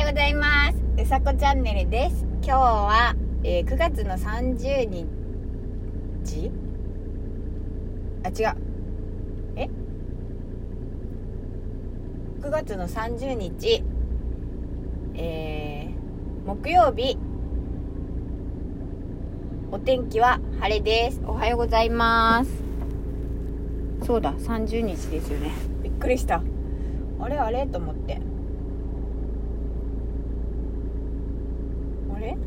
ございます。うさこチャンネルです。今日は、9月の30日9月の30日、木曜日。お天気は晴れです。おはようございます。そうだ、30日ですよね。びっくりした。あれと思って、あれ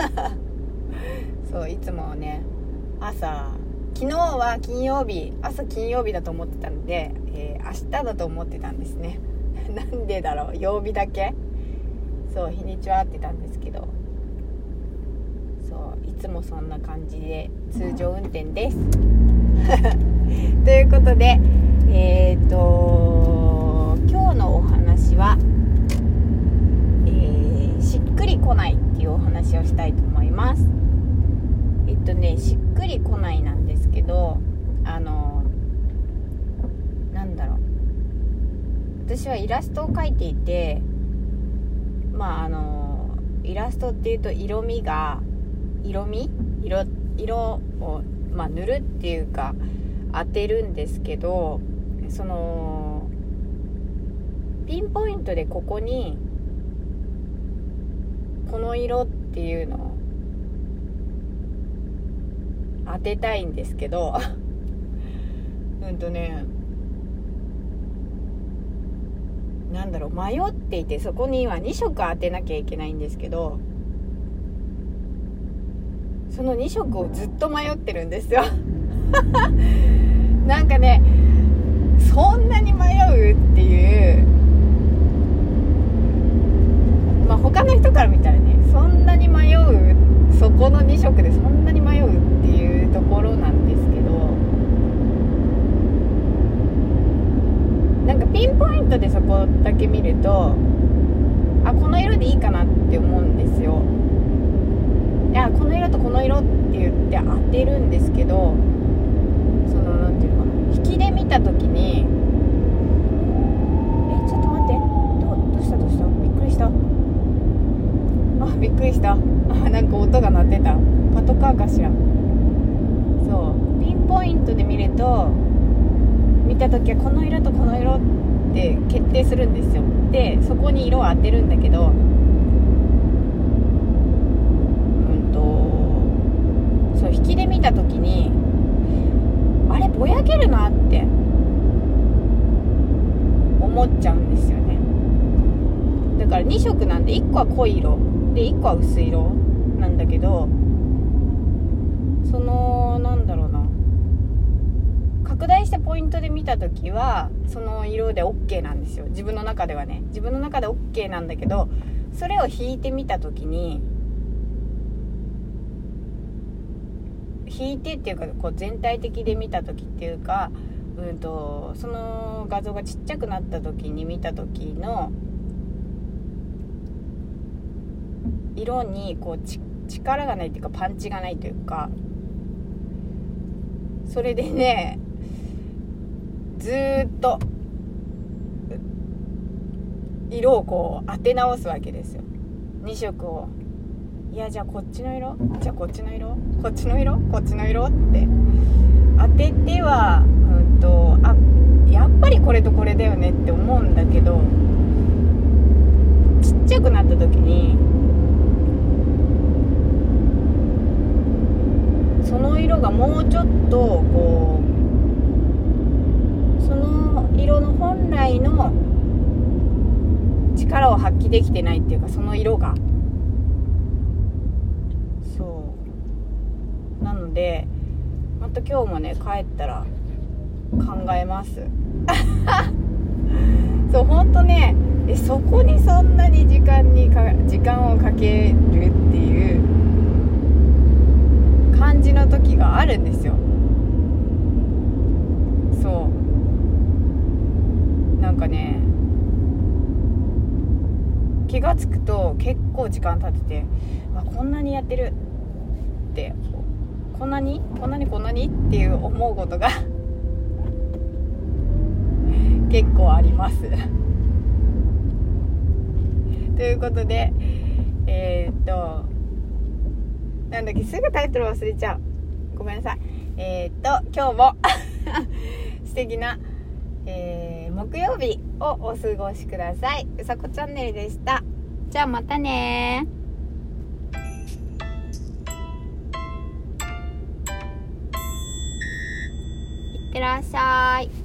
そう、いつもね、昨日は金曜日、朝金曜日だと思ってたので、明日だと思ってたんですね。なんでだろう、曜日だけそう、日にちは合ってたんですけど、そう、いつもそんな感じで通常運転ですということで、今日のお話は、しっくりこないっていうお話をしたいと思います。しっくりこないなんですけど、なんだろう、私はイラストを描いていて、イラストっていうと色を、塗るっていうか当てるんですけど、そのピンポイントでここにこの色っていうのを当てたいんですけど迷っていて、そこには2色当てなきゃいけないんですけど、その2色をずっと迷ってるんですよなんかね、そんなに迷うっていう、他の人から見たらね、そんなに迷う、そこの2色でそんなに迷うっていうところなんですけど、なんかピンポイントでそこだけ見ると、この色でいいかなって思うんですよ。いや、この色とこの色って言って当てるんですけど、なんていうのかな、引きで見た時に、ちょっと待って、どうしたびっくりした。びっくりした。なんか音が鳴ってた。パトカーかしら。そう、ピンポイントで見ると、見た時はこの色とこの色って決定するんですよ。で、そこに色を当てるんだけど、そう引きで見た時に、あれぼやけるなって思っちゃうんですよね。だから2色なんで、1個は濃い色で1個は薄い色なんだけど、拡大してポイントで見た時はその色で OK なんですよ。自分の中ではね、自分の中で OK なんだけど、それを引いてみた時に、引いてっていうか、こう全体的で見た時っていうか、その画像がちっちゃくなった時に見た時の色にこう力がないっていうか、パンチがないというか、それでね、ずーっと色をこう当て直すわけですよ。2色を、いや、じゃあこっちの色、じゃあこっちの色、こっちの色、こっちの色って当てては、やっぱりこれとこれだよねって思うんだけど、ちっちゃくなった時にその色がもうちょっとこう、その色の本来の力を発揮できてないっていうか、その色がそうなので、また今日もね、帰ったら考えますそう、ほんとね、そこにそんなに時間をかけるっていう感じの時があるんですよ。そう、なんかね、気がつくと結構時間経ってて、こんなにやってるって、こんなにっていう思うことが結構ありますとということでなんだっけ、すぐタイトル忘れちゃう、ごめんなさい。今日も素敵な、木曜日をお過ごしください。うさこチャンネルでした。じゃあまたね。いってらっしゃい。